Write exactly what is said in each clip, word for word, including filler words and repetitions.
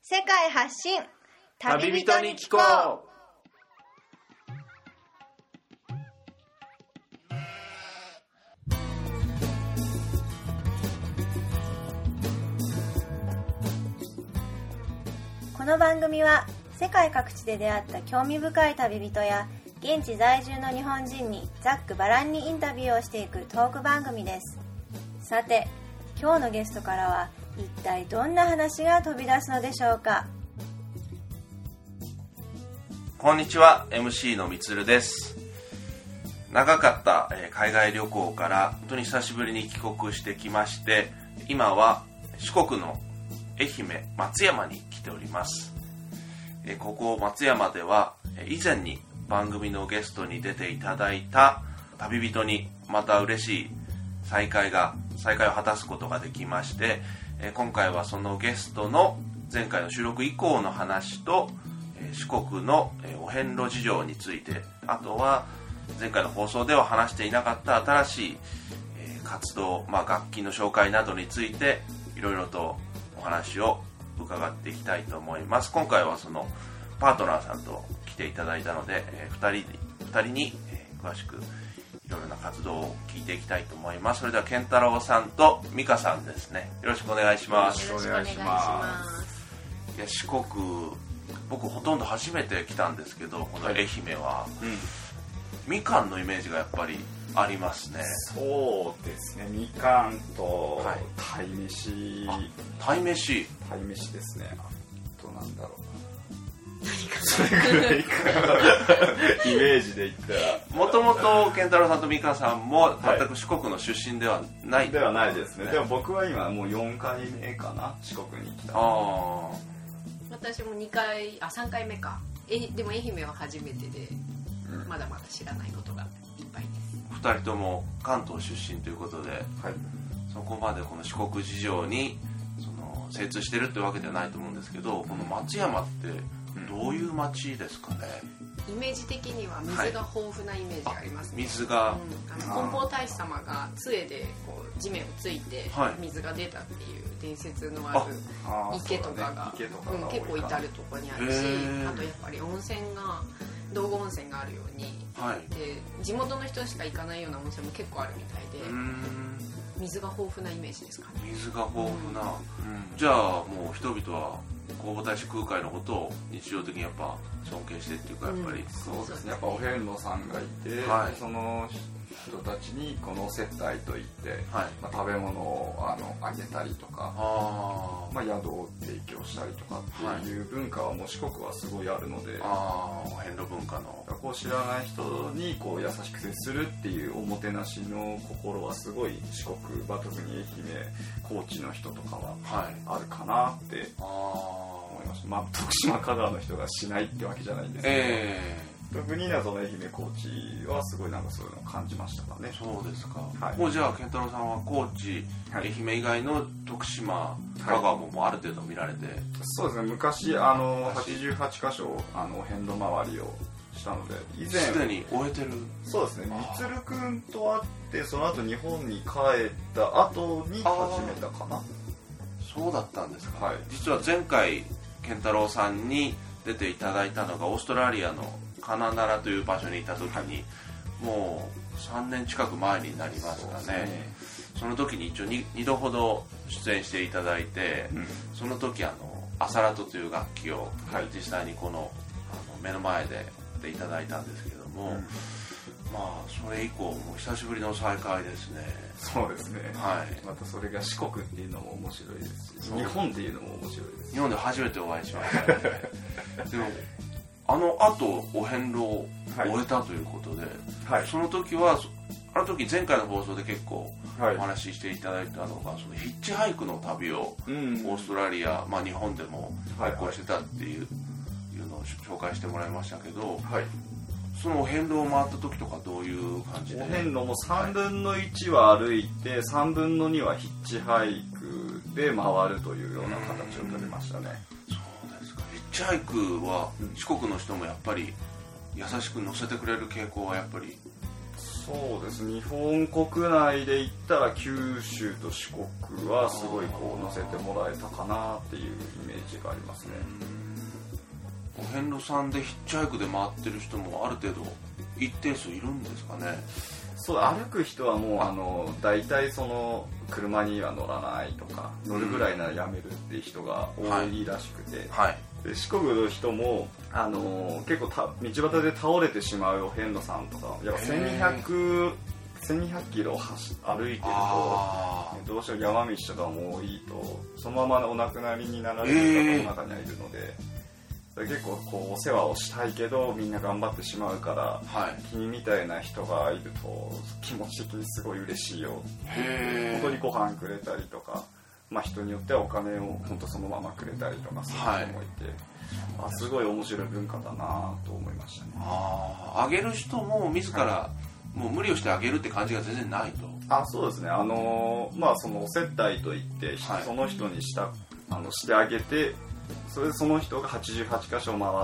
世界発信旅人に聞こう。 この番組は世界各地で出会った興味深い旅人や現地在住の日本人にざっくばらんにインタビューをしていくトーク番組です。さて、今日のゲストからは一体どんな話が飛び出すのでしょうか。 こんにちは、 エムシー のみつるです。長かった海外旅行から本当に久しぶりに帰国してきまして、今は四国の愛媛松山に来ております。ここ松山では以前に番組のゲストに出ていただいた旅人にまた嬉しい再会が再会を果たすことができまして、今回はそのゲストの前回の収録以降の話と四国のお遍路事情について、あとは前回の放送では話していなかった新しい活動、まあ、楽器の紹介などについていろいろとお話を伺っていきたいと思います。今回はそのパートナーさんと来ていただいたので、ふたり、ふたりに詳しくいろいろな活動を聞いていきたいと思います。それでは健太郎さんと美香さんですね。よろしくお願いします。 よろしくお願いします。 いや、四国僕ほとんど初めて来たんですけど、この愛媛は、はい、うん、みかんのイメージがやっぱりありますね。 そうですね、みかんと鯛めし、 はい、鯛めし鯛めしですね。あとなんだろうな、 何かそれぐらいかイメージで言ったら、 もともと健太郎さんと美香さんも全く四国の出身ではない、はい、 ではないですね。でも僕は今もうよんかいめかな、四国に来た。 あ、 私もにかい、あ、さんかいめか。えでも愛媛は初めてで、うん、まだまだ知らないことがいっぱいです。 ふたりとも関東出身ということで、はい、そこまでこの四国事情にその精通してるってわけではないと思うんですけど、この松山ってどういう町ですかね。 イメージ的には水が豊富なイメージがありますね。 はい、水が、 うん、あの金剛大師様が杖でこう地面をついて水が出たっていう伝説のある池とかが、ね、うん、結構至るところにあるし、あとやっぱり温泉が道後温泉があるように、はい、で地元の人しか行かないような温泉も結構あるみたいで、うーん、水が豊富なイメージですかね。 水が豊富な、うん、じゃあもう人々は弘法大師空海のことを日常的にやっぱ尊敬してっていうか、やっぱり、うん、 そうですね、やっぱお遍路さんがいて、はい、その人たちにこの接待といって、はい、まあ、食べ物をあのあげたりとか、あ、まあ、宿を提供したりとかっていう文化はもう四国はすごいあるので、 あ、お遍路文化のこう知らない人にこう優しく接するっていうおもてなしの心はすごい四国、まあ、特に愛媛高知の人とかはあるかなって思いました。まあ、徳島香川の人がしないってわけじゃないんですけど、えー特にその愛媛高知はすごいなんかそういうのを感じましたかね。 そうですか、はい、もうじゃあ健太郎さんは高知、はい、愛媛以外の徳島香川ももうある程度見られて、はい、 そうですね、昔あのはちじゅうはちかしょあの遍路回りをしたので、以前すでに終えてる。 そうですね、みつるくんと会ってその後日本に帰った後に始めたかな。 そうだったんですか、はい、実は前回健太郎さんに出ていただいたのがオーストラリアのカナナラという場所にいた時に、もうさんねん近く前になりますか ね, そ, ねその時に一応 2, 2度ほど出演していただいて、うん、その時あのアサラトという楽器を実際にこ の,、はい、あの目の前ででいただいたんですけども、うん、まあそれ以降もう久しぶりの再会ですね。 そうですね、 はい、 またそれが四国っていうのも面白いですし、日本っていうのも面白いです。 日本で初めてお会いしましたねでもあの後お遍路を終えたということで、はい、その時はあの時前回の放送で結構お話ししていただいたのが、はい、そのヒッチハイクの旅をオーストラリア、まあ、日本でも結構してたっていう、はいはい、いうのを紹介してもらいましたけど、はい、そのお遍路を回った時とかどういう感じで。 お遍路もさんぶんのいちは歩いて、はい、さんぶんのにはヒッチハイクで回るというような形を取りましたね。 ヒッチハイクは四国の人もやっぱり優しく乗せてくれる傾向はやっぱりそうです。日本国内で言ったら九州と四国はすごいこう載せてもらえたかなっていうイメージがありますね。 お遍路さんでヒッチハイクで回ってる人もある程度一定数いるんですかね。 そう、歩く人はもうあの大体その車には乗らないとか、乗るぐらいならやめるっていう人が多いらしくて、 はいはい、で四国の人もあの結構た道端で倒れてしまうお遍路さんとか、やっぱせんにひゃくキロ走歩いてるとどうしても山道とかも多いとそのままお亡くなりになられる方の中にはいるので、結構こうお世話をしたいけどみんな頑張ってしまうから、はい、君みたいな人がいると気持ち的にすごい嬉しいよ。本当にご飯くれたりとか、まあ、人によってはお金を本当そのままくれたりとかする人もいて、はい、あすごい面白い文化だなと思いましたね。 ああげる人も自ら、はい、もう無理をしてあげるって感じが全然ないと。 あそうですね。あのまあそのお接待といって、はい、その人にしたあのしてあげて、それでその人がはちじゅうはちかしょ回って、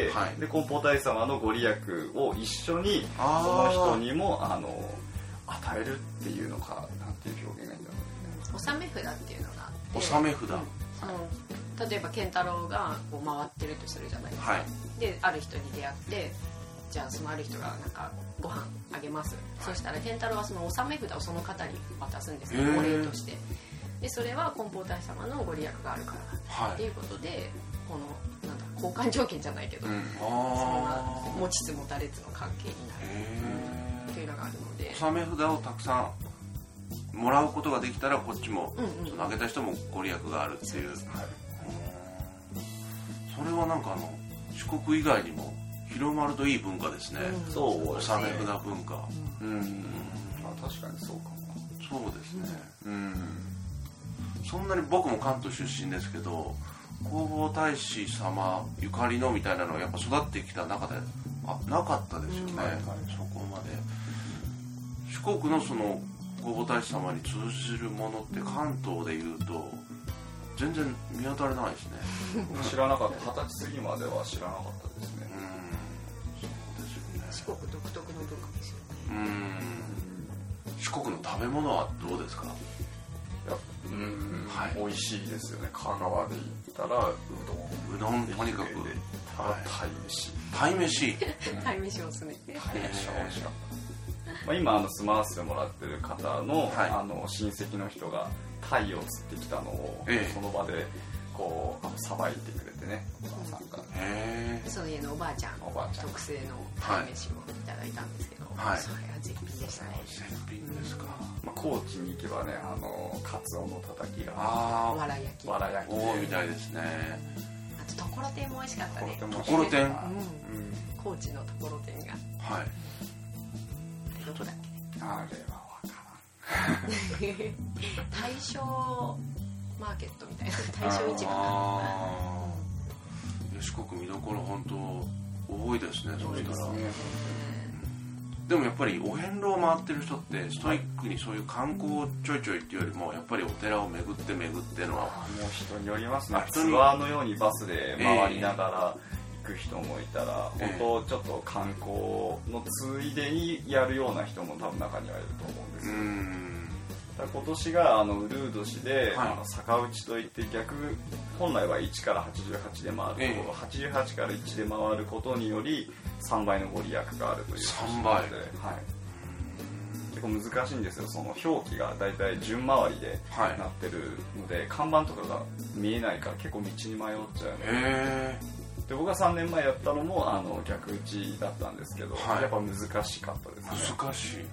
はい、で金峰大様のご利益を一緒にその人にもあの与えるっていうのか、なんていう表現がいいんだろうね。 納め札っていうのがあって、 納め札、 うん、例えば健太郎がこう回ってるとするじゃないですか、はい、である人に出会って、じゃあそのある人がなんかご飯あげます、はい、そしたら健太郎はその納め札をその方に渡すんですね、お礼として。でそれは金峰大様のご利益があるからっていうことで、はい、このなんだ交換条件じゃないけど、うん、その持ちつ持たれつの関係になるっていうのがあるので、 納め札をたくさんもらうことができたらこっちも、うんうん、そのあげた人もご利益があるっていう、はい、それはなんかあの四国以外にも広まるといい文化ですね、うん、そう納め札文化、うんうんうん、 あ確かにそうかも。 そうですね、うんうんそんなに僕も関東出身ですけど弘法大師様ゆかりのみたいなのはやっぱ育ってきた中であなかったですよね、はいはい、そこまで四国のその弘法大師様に通じるものって関東でいうと全然見当たらないですね知らなかった。二十歳過ぎまでは知らなかったですね。 うんそうですよね。 四国独特の文化ですよね。 うん四国の食べ物はどうですか。 うん、はい、美味しいですよね。香川で言ったらうどんうどんとにかく鯛飯鯛飯鯛飯おすすめ。 鯛飯美味しかった。まあ、今あの住まわせてもらってる方の、はい、あの親戚の人が鯛を釣ってきたのを、ええ、その場でこうさばいてくれてね、おばあさんが、 へえ、その家のおばあちゃん特製の鯛飯をいただいたんですけど、はい、それは絶品でしたね。 絶品ですか。 まあ、高知に行けばね、あのカツオのたたきがあわら焼きわら焼き多いみたいですね。 あとところてんも美味しかったね。 ところてん、うん、 高知のところてんがはいどこだっけ。 あれは分からん大正マーケットみたいな、大正市場かな。四国見どころ本当多いですね。そうしたら、ね、でもやっぱりお遍路を回ってる人ってストイックにそういう観光ちょいちょいっていうよりもやっぱりお寺を巡って巡ってのは、 あもう人によりますね。ツアーのようにバスで回りながら行く人もいたら、えー、本当ちょっと観光のついでにやるような人も多分中にはいると思うんですよ。うん今年があのウルー年で、はい、あの逆打ちといって逆本来はいちからはちじゅうはちで回るところ、えー、はちじゅうはちからいちで回ることによりさんばいのご利益があるというさんばいで、はい、結構難しいんですよ。その表記がだいたい順回りでなってるので、はい、看板とかが見えないから結構道に迷っちゃうので、えー、で僕がさんねんまえやったのもあの逆打ちだったんですけど、はい、やっぱ難しかったですね。 難しい、うん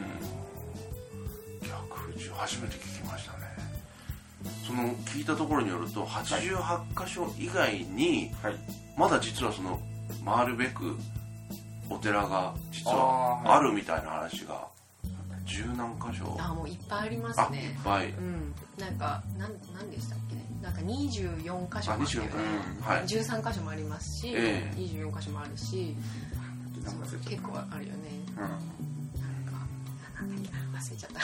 初めて聞きましたね。その聞いたところによるとはちじゅうはちかしょ以外に、はい、まだ実はその回るべくお寺が実はあるみたいな話が十何箇所。 あもういっぱいありますね。 いっぱい、 うん、なんかなんなんでしたっけね。なんかにじゅうよんかしょもあるよね。はい、じゅうさんかしょもありますし、えー、にじゅうよんかしょもあるし、結構あるよね。うん、なんかなんだっけな忘れちゃった。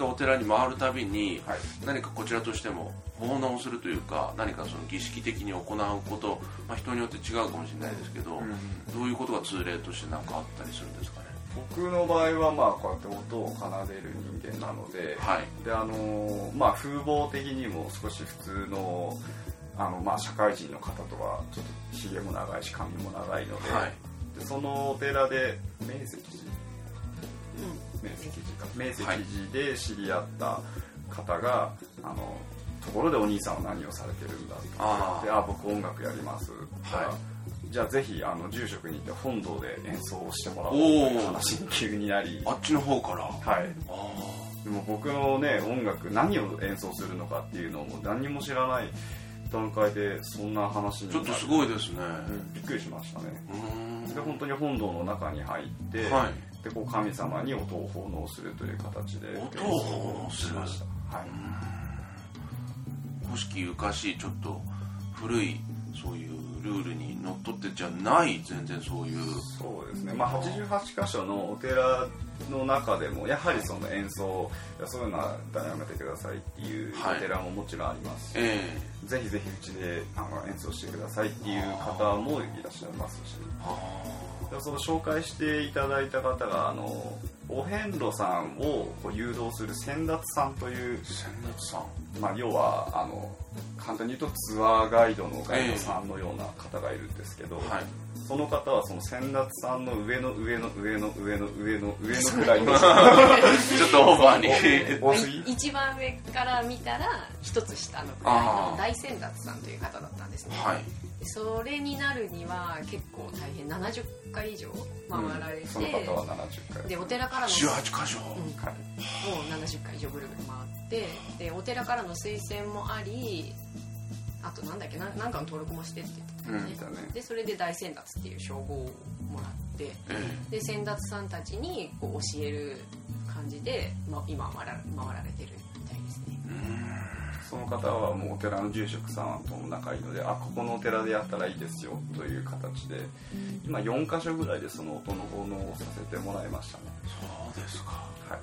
やっぱそれははちじゅうはちかしょ毎回お寺に回るたびに、はい、何かこちらとしても奉納するというか何かその儀式的に行うこと、まあ、人によって違うかもしれないですけど、うん、どういうことが通例として何かあったりするんですかね。 僕の場合はまあこうやって音を奏でる人間なので、はい、であのまあ風貌的にも少し普通のあのまあ社会人の方とはちょっとひげも長いし髪も長いので、はい、でそのお寺で明石寺、うん、明石寺か明石寺で知り合った方が、はい、あのところでお兄さんは何をされてるんだってあであ僕音楽やります、はい、じゃあぜひあの住職に行って本堂で演奏をしてもらおうという話に急になりあっちの方からはいあでも僕のね音楽何を演奏するのかっていうのをもう何も知らない段階でそんな話になるちょっとすごいですね、 うん、びっくりしましたねで本当に本堂の中に入って、はい、でこう神様に音を奉納するという形で音を奉納しました、 はい古式ゆかしいちょっと古いそういうルールにのっとってじゃない全然そういうそうですねまあはちじゅうはちかしょのお寺の中でもやはりその演奏そういうのはやめてくださいっていうお寺ももちろんありますし、はいえー、ぜひぜひうちであの演奏してくださいっていう方もいらっしゃいますしその紹介していただいた方があのお遍路さんをこう誘導する先達さんという先達さん、 まあ、要はあの簡単に言うとツアーガイドのガイドさんのような方がいるんですけど、えーはい、その方はその先達さんの上の上の上の上の上の上のくらいのちょっとオーバーに一番上から見たら一つ下のくらいの大先達さんという方だったんですね、はい、それになるには結構大変ななじゅっかい以上回られて、うん、 その方はななじゅっかいでお寺からのじゅうはちかしょ、うんはい、もうななじゅっかい以上ぐるぐる回ってでお寺からの推薦もありあとなんだっけななんかの登録もしてって言ってたね、うん、でそれで大先達っていう称号をもらって、うん、で先達さんたちにこう教える感じで、まあ、今回ら回られてるみたいですね。 うんその方はもうお寺の住職さんとも仲いいのであここのお寺でやったらいいですよという形で今よんかしょぐらいでその音の奉納をさせてもらいましたね。 そうですか、 はい、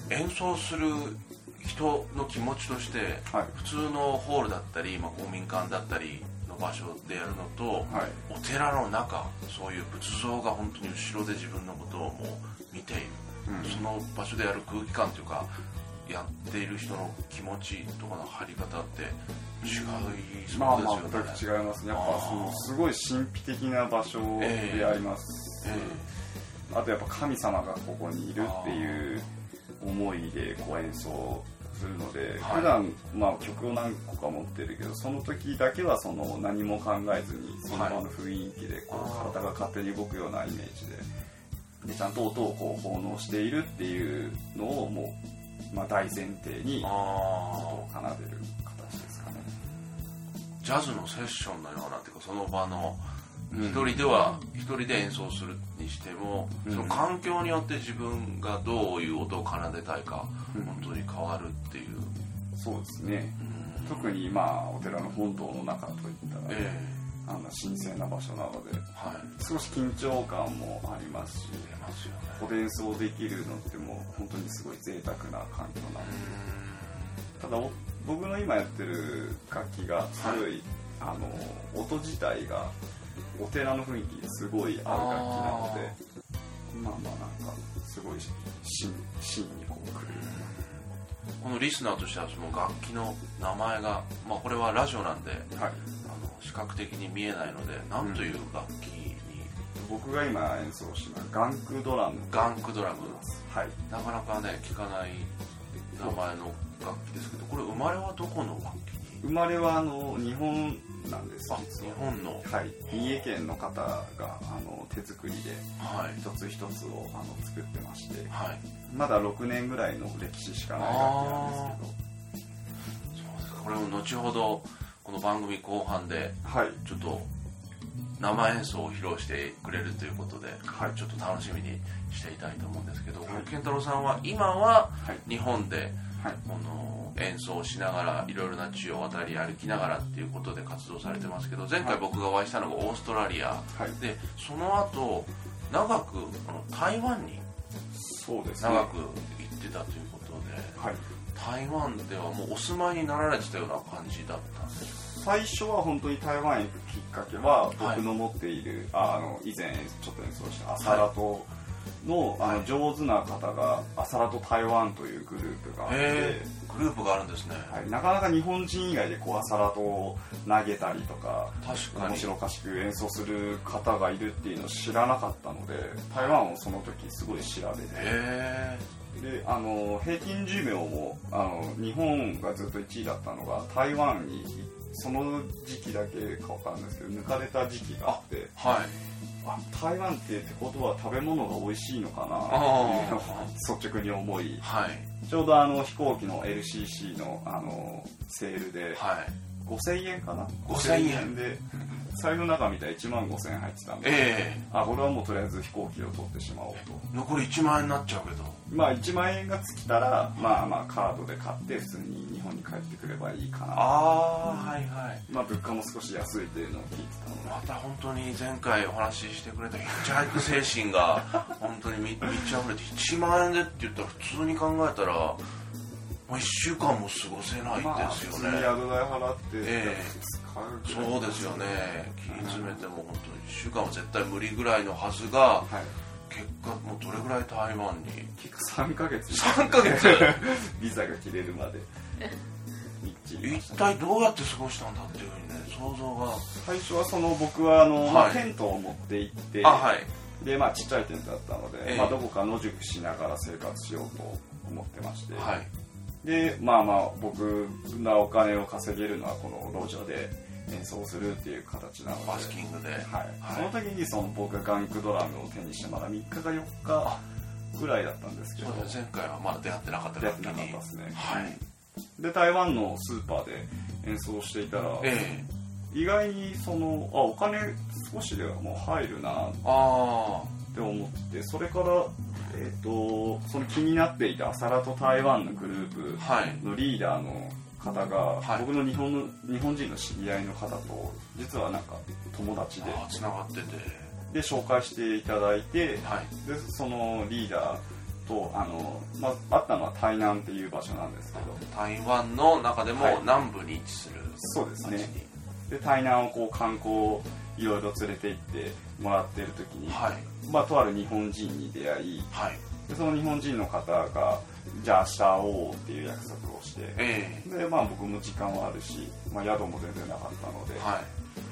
演奏する人の気持ちとして、はい、普通のホールだったり、まあ、公民館だったりの場所でやるのと、はい、お寺の中そういう仏像が本当に後ろで自分のことをもう見ている、うん、その場所でやる空気感というかやっている人の気持ちとかの張り方って違いそうですよね。まあまあ全く違いますね。やっぱそのすごい神秘的な場所であります、えーえー、あとやっぱ神様がここにいるっていう思いでこう演奏するので、はい、普段まあ曲を何個か持ってるけどその時だけはその何も考えずにその場の雰囲気でこう体が勝手に動くようなイメージで、でちゃんと音をこう奉納しているっていうのをもうまあ、大前提に音を奏でる形ですかね。 ジャズのセッションのようなっていうかその場の一人では一人で演奏するにしても、うん、その環境によって自分がどういう音を奏でたいか、うん、本当に変わるっていう。 そうですね、うん、特にまあお寺の本堂の中といったら、ねえーあの神聖な場所なので、はい、少し緊張感もありますし、 出ますよね、 ここで演奏できるのってもう本当にすごい贅沢な環境なので、ただ僕の今やってる楽器がすごい、はい、あの音自体がお寺の雰囲気すごいある楽器なので、まあまあなんかすごい芯にこうくる。 このリスナーとしてはその楽器の名前が、まあ、これはラジオなんで、はい、あの視覚的に見えないので何という楽器に、 うん、僕が今演奏しますガンクドラム。 ガンクドラム、 はい、 なかなかね聞かない名前の楽器ですけど、これ生まれはどこの楽器に？ 生まれはあの日本なんです。 あ、日本の、 はい、三重県の方があの手作りで一つ一つをあの作ってまして、はい、まだろくねんぐらいの歴史しかない楽器なんですけど。そうですか。これも後ほどこの番組後半でちょっと生演奏を披露してくれるということで、はい、ちょっと楽しみにしていたいと思うんですけど、はい、健太郎さんは今は日本で、はい、この演奏しながらいろいろな地を渡り歩きながらっていうことで活動されてますけど、前回僕がお会いしたのがオーストラリア、はい、でその後長く台湾に長く行ってたということで、はい、 台湾ではもうお住まいになられてたような感じだったんですか？最初は本当に台湾へ行くきっかけは、僕の持っている、はい、あの以前ちょっと演奏したアサラトの、はい、あの上手な方がアサラト台湾というグループがあって、 グループがあるんですね、 はい、なかなか日本人以外でこうアサラトを投げたりとか、 確かに面白おかしく演奏する方がいるっていうのを知らなかったので、台湾をその時すごい調べて、であの平均寿命もあの日本がずっといちいだったのが台湾にその時期だけか分かるんですけど抜かれた時期があって、 あ、はい、 あ台湾ってってことは食べ物が美味しいのかなっていうのを率直に思い、はい、ちょうどあの飛行機の エルシーシー の, あのセールで、はい、ごせんえんかな、 ごせんえんで財布の中見たらいちまんごせんえん入ってたんで、えー、あこれはもうとりあえず飛行機を取ってしまおうと。 残りいちまんえんになっちゃうけど、 まあいちまんえんが尽きたら、まあまあカードで買って普通に日本に帰ってくればいいかな。 ああ、うん、はいはい。 まあ物価も少し安いというのを聞いてたので、 また本当に前回お話ししてくれたヒッチハイク精神が本当に満ち溢れて、いちまんえんでって言ったら普通に考えたらまあ、いっしゅうかんも過ごせないですよね。まあ、普通に宿代払って、 えー、そうですよね。気に詰めても本当にいっしゅうかんは絶対無理ぐらいのはずが、はい、結果もうどれぐらい台湾に結構さんかげつさんかげつビザが切れるまで一体どうやって過ごしたんだっていうふうにね、想像が。 最初はその僕はあの、はい、まあ、テントを持って行って、 あ、はい、 でまあちっちゃいテントだったので、えーまあ、どこか野宿しながら生活しようと思ってまして、はい、でまあまあ僕がお金を稼げるのはこの路上で演奏するっていう形なので、 バスキングで、はいはい、その時にその僕がガンクドラムを手にしてまだみっかかよっかぐらいだったんですけど、 そう前回はまだ出会ってなかった出会ってなかったですね、 はい、 で台湾のスーパーで演奏していたら、えー、意外にそのあお金少しではもう入るなって思って、それからえー、とその気になっていたアサラト台湾のグループのリーダーの方が、はい、僕の日本の日本人の知り合いの方と実はなんか友達でつながってて、 で紹介していただいて、はい、でそのリーダーとあの、まあ、あったのは台南っていう場所なんですけど、 台湾の中でも南部に位置する、はい、 そうですね。で台南をこう観光いろいろ連れて行ってもらっている時に、はい、まあ、とある日本人に出会い、はい、でその日本人の方がじゃあ明日会おうっていう約束をして、えー、でまあ僕も時間はあるし、まあ、宿も全然なかったので、はい、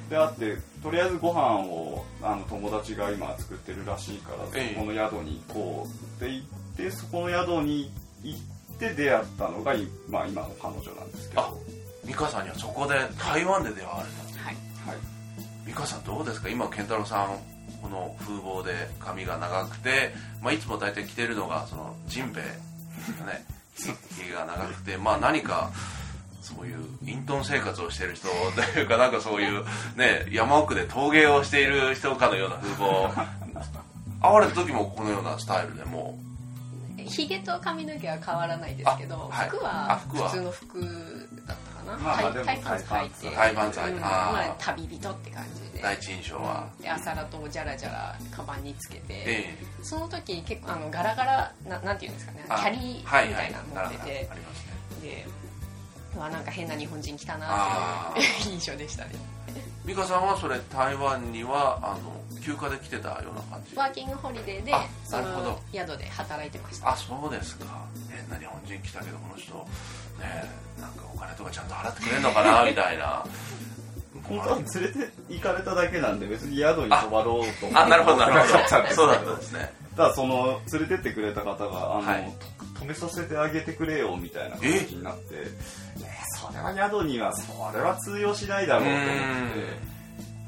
であってとりあえずご飯をあの友達が今作ってるらしいから、えー、そこの宿に行こうって言ってそこの宿に行って出会ったのが、まあ、今の彼女なんですけど、 あ、美香さんにはそこで台湾で出会われたんです、はいはい、美香さんどうですか？今健太郎さんこの風貌で髪が長くて、まあ、いつも大体着てるのがそのジンベエね、ひげが長くて、まあ何かそういう隠遁生活をしている人というか、なんかそういうね山奥で陶芸をしている人かのような風貌会われた時もこのようなスタイルでもうひげと髪の毛は変わらないですけど、はい、服は普通の服だったかな、まあ、タイパンツ履いてタイパンツ履いて、 うん、まあ、旅人って感じで第一印象は、 でアサラトをジャラジャラカバンにつけて、えー、その時結構あのガラガラ な, なんていうんですかね、キャリーみたいなの持ってて、はいはい、でまあ、なんか変な日本人来たなっていう印象でしたね。 美香さんはそれ台湾にはあの休暇で来てたような感じ？ ワーキングホリデーでその宿で働いてました。 あ、そうですか。変な日本人来たけどこの人ね、なんかお金とかちゃんと払ってくれるのかなみたいな。 本当は連れて行かれただけなんで別に宿に泊まろうと思って。 あ、なるほどなるほど。そうだったんですね。 ただその連れてってくれた方があの、はい、止めさせてあげてくれよみたいな感じになって、ね、それは宿にはそれは通用しないだろうと思って、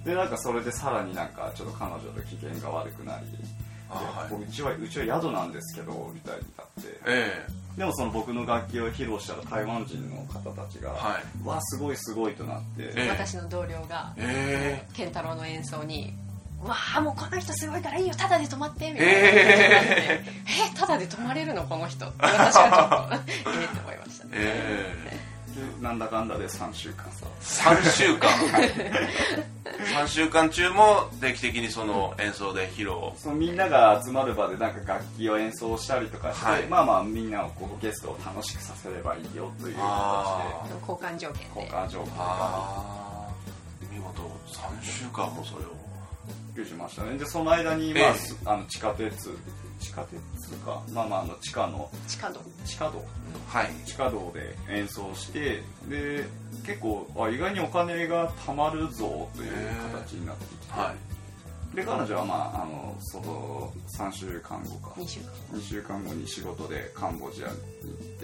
でなんかそれでさらになんかちょっと彼女と機嫌が悪くなり、はい、うちはうちは宿なんですけどみたいになって、えー、でもその僕の楽器を披露したら台湾人の方たちが、はい、わすごいすごいとなって、 えー、私の同僚が、えー、健太郎の演奏にわあもうこの人すごいからいいよタダで泊まってみたいな、えー、えタダで泊まれるのこの人私はちょっとええって思いましたね、 えー、 なんだかんだでさんしゅうかんささんしゅうかんさんしゅうかん中も定期的にその演奏で披露、 そのみんなが集まる場でなんか楽器を演奏したりとかして、はい、まあまあみんなをこうゲストを楽しくさせればいいよという形で交換条件で交換条件あ見事さんしゅうかんもそれをびっくりしましたね。でその間に、まあえー、あの地下鉄地下鉄かまあまああの地下の地下道地下道、 はい、 地下道で演奏してで結構あ意外にお金が貯まるぞという形になってきて、はい、で彼女はまああのそのさんしゅうかんごかにしゅうかんにしゅうかんごに仕事でカンボジアに行って、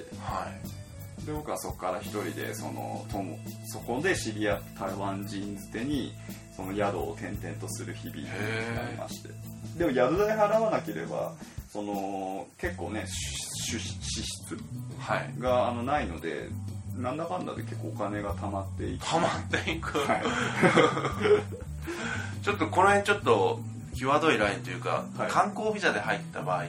はい、 で僕はそこから一人でそのともそこで知り合った台湾人づてにその宿を転々とする日々になりまして、でも宿代払わなければその結構ね支出があのないのでなんだかんだで結構お金が貯まっていく貯まっていく、はい、ちょっとこの辺ちょっと際どいラインというか、はい、観光ビザで入った場合って、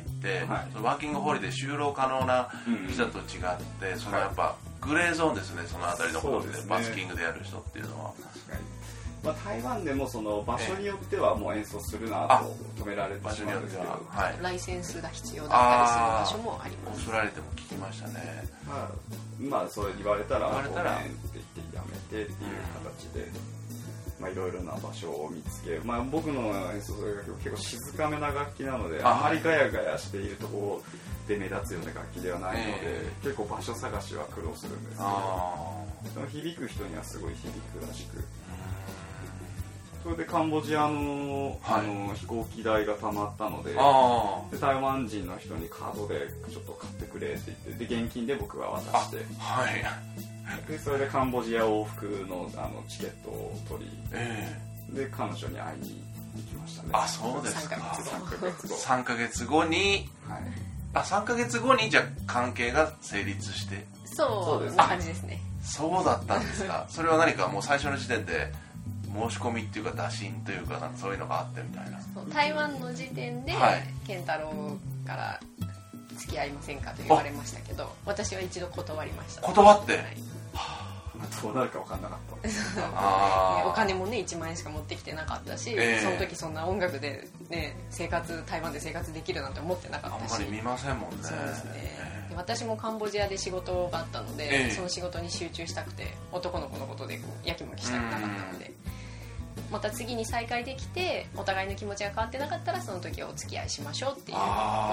はい、そのワーキングホリデー就労可能なビザと違って、うん、そのやっぱグレーゾーンですね、そのあたりのことで、ね、バスキングでやる人っていうのは確かに、まあ、台湾でもその場所によってはもう演奏するなと止められてしまうんですけど、 はい、ライセンスが必要だったりする場所もあります。 恐られても聞きましたね。 まあ、まあ、それ言われたらごめんって言ってやめてっていう形で、まあ、いろいろな場所を見つける、まあ、僕の演奏する楽器は結構静かめな楽器なので あ, あまりガヤガヤしているところで目立つような楽器ではないので、えー、結構場所探しは苦労するんですけど、その響く人にはすごい響くらしく、それでカンボジア の, あの、はい、飛行機代がたまったの で, で台湾人の人にカードでちょっと買ってくれって言ってで現金で僕は渡して、 はい、 でそれでカンボジア往復 の, あのチケットを取り、 えー、で彼女に会いに行きましたね。 あ、そうですか。 さんかげつごさんかげつごに、はい、あさんかげつごにじゃあ関係が成立して、 そうな感じですね。 そうだったんですか。それは何かもう最初の時点で申し込みっていうか打診というかなんかそういうのがあってみたいな。 台湾の時点で、はい、健太郎から付き合いませんかと言われましたけど、私は一度断りました。 断って、はい、 どうなるか分かんなかったあお金もねいちまんえんしか持ってきてなかったし、えー、その時そんな音楽で、ね、生活台湾で生活できるなんて思ってなかったし、 あんまり見ませんもんね。 そうですね、えー、で私もカンボジアで仕事があったので、えー、その仕事に集中したくて男の子のことでこうやきもきしたくなかったので、また次に再会できてお互いの気持ちが変わってなかったらその時はお付き合いしましょうっていうことで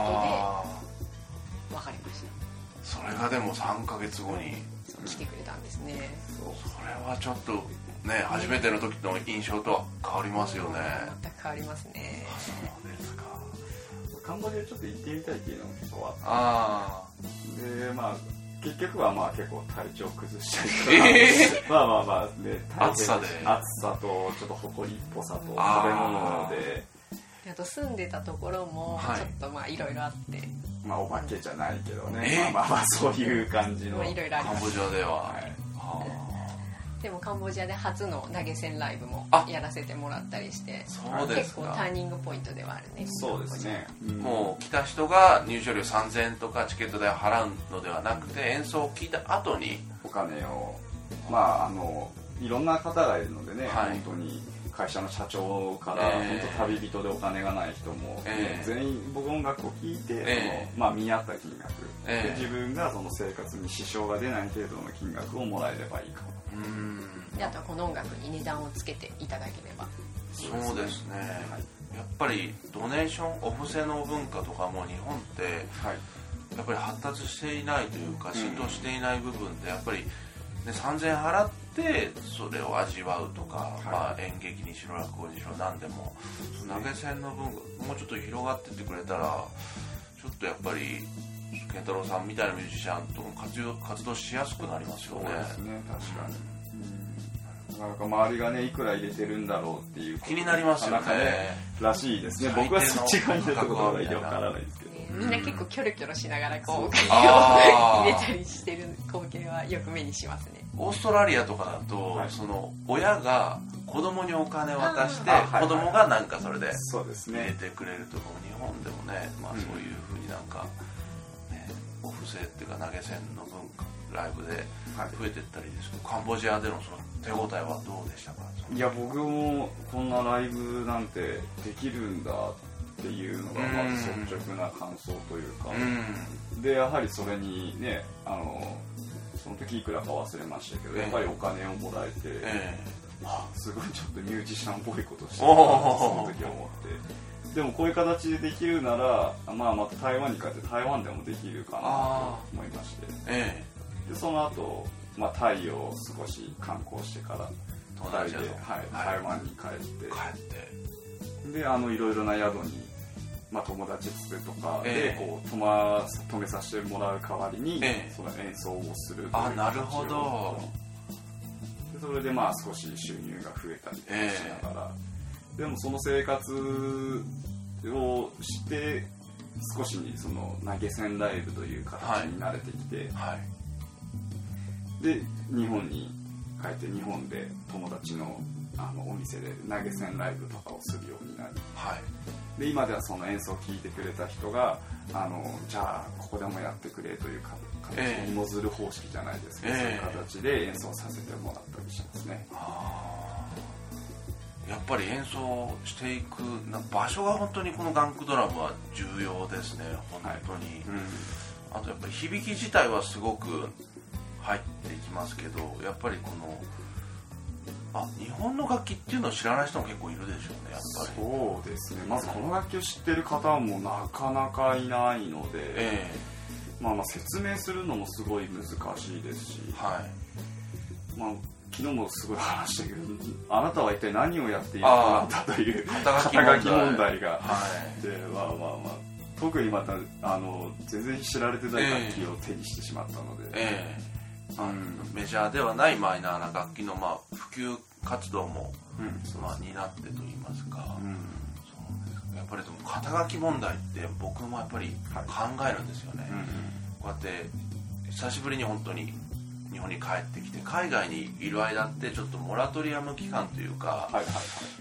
分かりました。 それがでもさんかげつごに来てくれたんですね。 そうそれはちょっとね初めての時の印象とは変わりますよね。 全く変わりますね。 そうですか。 カンボジアちょっと行ってみたいっていうのも結構あって、 あでまあ結局はまあ結構体調崩したりとか、えー、まあまあまあ、ね、 暑さで暑さとちょっと埃っぽさと食べ物で、 あと住んでたところもちょっとまあいろいろあって、はい、 まあお化けじゃないけどね、まあまあまあそういう感じの、 まあ、いろいろあります。 カンボジアでは、はい、 はでもカンボジアで初の投げ銭ライブもやらせてもらったりして、 そうですか。 結構ターニングポイントではあるね。 そうですね、 うん、もう来た人が入場料さんぜんえんとかチケット代を払うのではなくて演奏を聞いた後にお金をまああのいろんな方がいるのでね、はい、本当に会社の社長から、えー、本当旅人でお金がない人も、ね、えー、全員僕音楽を聴いて、えー、そのまあ、見合った金額、えー、で自分がその生活に支障が出ない程度の金額をもらえればいいかうーんであとはこの音楽に値段をつけていただければ。 そうですね、はい、やっぱりドネーションお布施の文化とかも日本って、はい、やっぱり発達していないというか浸透していない部分ってやっぱり、ね、さんぜんえん払ってそれを味わうとか、はい、まあ、演劇にしろ落語にしろ何でも投げ銭の文化もうちょっと広がってってくれたらちょっとやっぱり健太郎さんみたいなミュージシャンとも活用活動しやすくなりますよね。 そうですね、確かに、うん、なんか周りがねいくら入れてるんだろうっていう気になりますよね。 らしいですね。僕はそっち側にいるところがいいかわからないですけど、 みんな結構キョロキョロしながらこうお金を入れたりしてる光景はよく目にしますね。 オーストラリアとかだと、はい、その親が子供にお金を渡して子供がなんかそれで入れてくれるとか、日本でもね、まあ、そういうふうになんか、ね、お布施っていうか投げ銭の文化ライブで増えていったりですけど、はい、カンボジアでのその手応えはどうでしたか？ いや僕もこんなライブなんてできるんだっていうのがまず率直な感想というか、うん、でやはりそれにねあのその時いくらか忘れましたけど、やっぱりお金をもらえて、えー、あすごいちょっとミュージシャンっぽいことしてるなとその時思って、でもこういう形でできるなら、まあ、また台湾に帰って台湾でもできるかなと思いまして、えー、でその後、まあタイを少し観光してからふたりで、はいはい、台湾に帰って、帰ってであのいろいろな宿に、まあ、友達連れとかでこう、えー、泊ま泊めさせてもらう代わりに、えー、その演奏をするというあなるほどでそれでまあ少し収入が増えたりとかしながら、えー、でもその生活をして少しその投げ銭ライブという形に慣れてきて、はいはい、で日本に帰って日本で友達のあのお店で投げ銭ライブとかをするようになり、はい、で今ではその演奏を聴いてくれた人があのじゃあここでもやってくれという形で芋づる方式じゃないですけど、えー、そういう形で演奏させてもらったりしますね。 あやっぱり演奏していく場所が本当にこのガンクドラムは重要ですね本当に、はいうん、あとやっぱり響き自体はすごく入っていきますけどやっぱりこのあ日本の楽器っていうのを知らない人も結構いるでしょうねやっぱり。 そうですねまずこの楽器を知ってる方もなかなかいないので、えーまあ、まあ説明するのもすごい難しいですし、はいまあ、昨日もすごい話したけどあなたは一体何をやっているのなんだという肩書き問題が、はい、でまあまあまあ特にまたあの全然知られてない楽器を手にしてしまったので、えーうん、メジャーではないマイナーな楽器の、まあ、普及活動も、うんまあ、担ってといいますか、うん、そうですやっぱりでも肩書き問題って僕もやっぱり考えるんですよね、はいうん、こうやって久しぶりに本当に日本に帰ってきて海外にいる間ってちょっとモラトリアム期間というか、はいはいはい、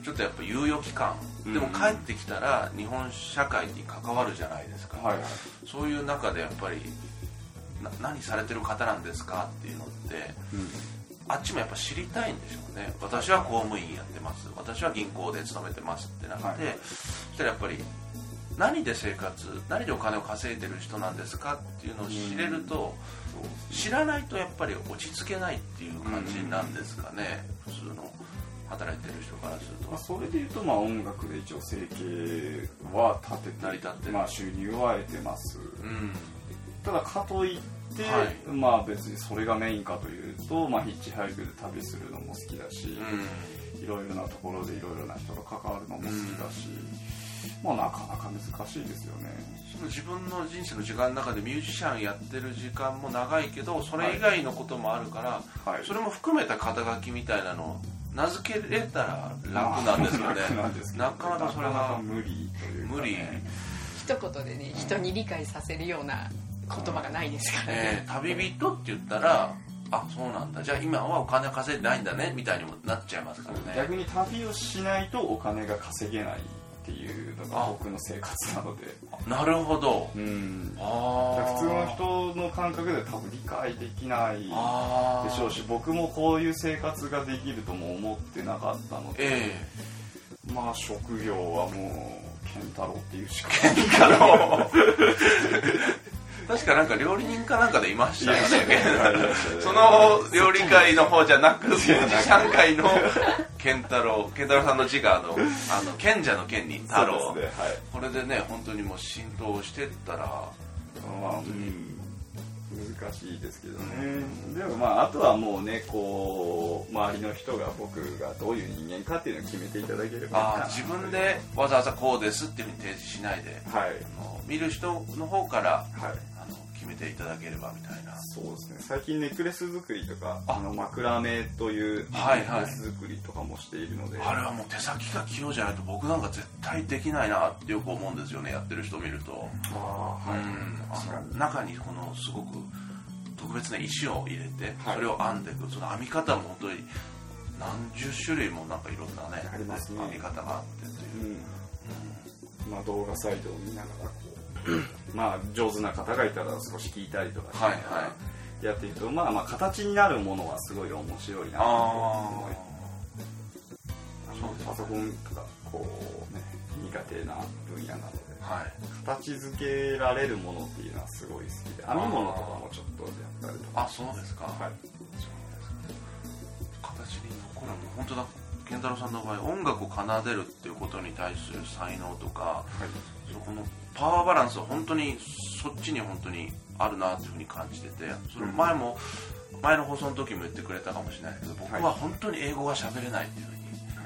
ちょっとやっぱ猶予期間、うん、でも帰ってきたら日本社会に関わるじゃないですか、はいはい、そういう中でやっぱりな何されてる方なんですかっていうのって、うん、あっちもやっぱ知りたいんでしょうね。私は公務員やってます私は銀行で勤めてますってなって、はい、そしたらやっぱり何で生活何でお金を稼いでる人なんですかっていうのを知れると、うん、知らないとやっぱり落ち着けないっていう感じなんですかね、うん、普通の働いてる人からすると、 まあ、それでいうとまあ音楽で一応生計は立てて成り立ってる、 まあ、収入は得てます、うんただかといって、はい、まあ別にそれがメインかというと、まあ、ヒッチハイクで旅するのも好きだし、うん、いろいろなところでいろいろな人と関わるのも好きだし、うん、まあなかなか難しいですよね。 その自分の人生の時間の中でミュージシャンやってる時間も長いけどそれ以外のこともあるから、はい、それも含めた肩書きみたいなのを名付けれたら楽なんですよね、まあ、なかなかそれが無理というか、ね、無理一言でね人に理解させるような言葉がないですからね、えー、旅人って言ったらあそうなんだじゃあ今はお金稼いでないんだねみたいにもなっちゃいますからね。 逆に旅をしないとお金が稼げないっていうのが僕の生活なので。 なるほど、うん、 あ普通の人の感覚で多分理解できないでしょうし僕もこういう生活ができるとも思ってなかったので、えー、まあ職業はもう健太郎っていうしか健太郎確かなんか料理人かなんかでいましたよねその料理界の方じゃなくミュージシャン界の健太郎健太郎さんの字があのあの賢者の賢に太郎、ねはい、これでね本当にもう浸透してったら、まあうん難しいですけどね、うん、でもまああとはもうねこう周りの人が僕がどういう人間かっていうのを決めていただければいいかな。 あ自分でわざわざこうですっていうふうに提示しないで、はい、あの見る人の方から、はい、あの決めていただければみたいな。 そうですね最近ネックレス作りとかあの枕目というネックレス作りとかもしているので、 はいはい、あれはもう手先が器用じゃないと僕なんか絶対できないなってよく思うんですよねやってる人を見ると。あ、はい、うんあの中にこのすごく特別な石を入れてそれを編んでいく、はい、その編み方も本当に何十種類もなんかいろんなね、ありますね編み方があってという、うんうん、まあ動画サイトを見ながらこうまあ上手な方がいたら少し聞いたりとかしながら、はいはい、 やっていくと、まあまあ形になるものはすごい面白いなと思います。パソコンとかこうね苦手な分野なので、はい、形付けられるものっていうのはすごい好きで、編み物とかもちょっとやったりとか。 あ、そうですか。はい。そうですか。形に残るの本当だ。健太郎さんの場合、音楽を奏でるっていうことに対する才能とか、はい、そこのパワーバランスは本当にそっちに本当にあるなというふうに感じてて、その前も、うん、前の放送の時も言ってくれたかもしれないけど、僕は本当に英語が喋れないっていうふうに、はい、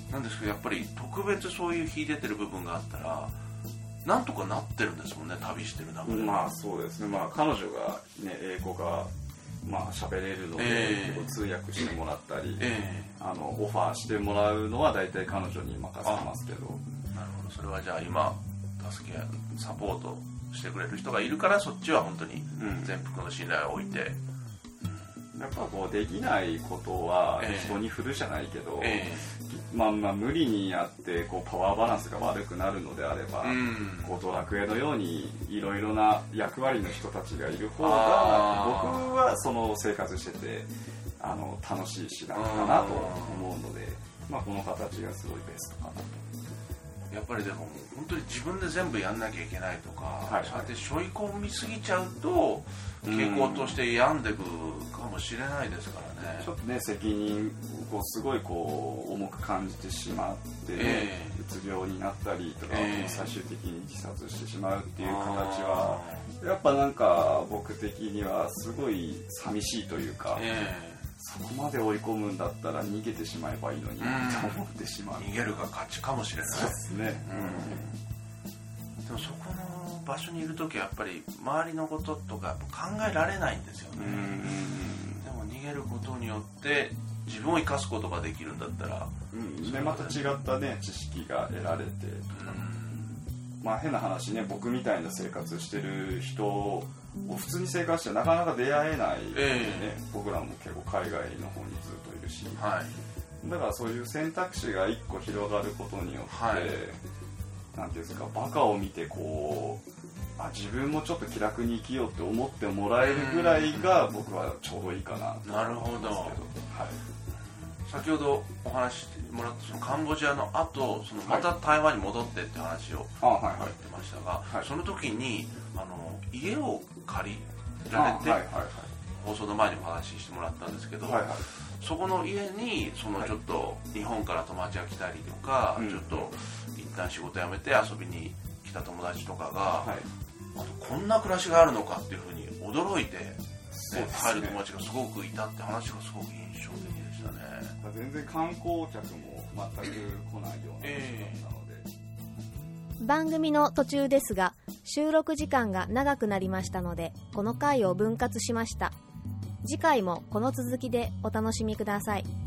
なんですけど、やっぱり特別そういう秀でてる部分があったらなんとかなってるんですもんね、旅してる中で。 まあそうですね、まあ彼女がね英語がまあ喋れるので、えー、結構通訳してもらったり、えー、あのオファーしてもらうのは大体彼女に任せますけど。 なるほど、それはじゃあ今助けサポートしてくれる人がいるから、そっちは本当に全幅の信頼を置いて、 うん、やっぱこうできないことは人に振るじゃないけど、えー、まあまあ無理にやってこうパワーバランスが悪くなるのであれば、うん、こうドラクエのようにいろいろな役割の人たちがいる方が僕はその生活しててあの楽しいしなのかなと思うので、まあ、この形がすごいベストかなと。 やっぱりでも本当に自分で全部やんなきゃいけないとか、はい、そうやって背負い込みすぎちゃうと傾向として病んでくかもしれないですからね。 ちょっとね責任をすごいこう重く感じてしまって、ね、えー、うつ病になったりとか、えー、最終的に自殺してしまうっていう形はやっぱなんか僕的にはすごい寂しいというか、えーそこまで追い込むんだったら逃げてしまえばいいのにと思ってしまう。 逃げるが勝ちかもしれない。 そうですね、 うん、でもそこの場所にいるときはやっぱり周りのこととか考えられないんですよね。うんでも逃げることによって自分を生かすことができるんだったら、 うん、でまた違ったね知識が得られてとか、うん、まあ変な話ね、僕みたいな生活してる人普通に生活してなかなか出会えない、ね、えー、僕らも結構海外の方にずっといるし、はい、だからそういう選択肢が一個広がることによって、はい、なんていうんですか、バカを見てこうあ自分もちょっと気楽に生きようって思ってもらえるぐらいが僕はちょうどいいかなと思うんですけど。 なるほど、はい、先ほどお話ししてもらったそのカンボジアの後そのまた台湾に戻ってって話を言ってましたが、はいはい、その時にあの家を借りられて、はいはいはい、放送の前にお話ししてもらったんですけど、はいはい、そこの家にそのちょっと日本から友達が来たりとか、はい、ちょっと一旦仕事辞めて遊びに来た友達とかが、はい、あとこんな暮らしがあるのかっていうふうに驚いて、ねね、入る友達がすごくいたって話がすごく印象的でしたね。 全然観光客も全く来ないような場所だったので、 えー、番組の途中ですが収録時間が長くなりましたのでこの回を分割しました。次回もこの続きでお楽しみください。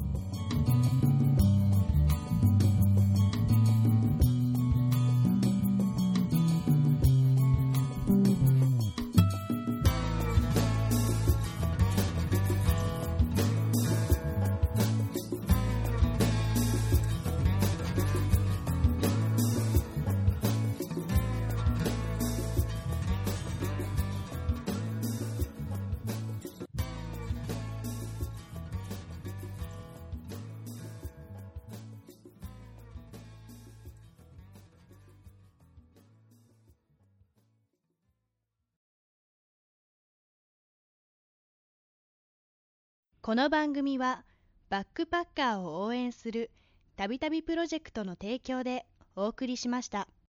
この番組はバックパッカーを応援するたびたびプロジェクトの提供でお送りしました。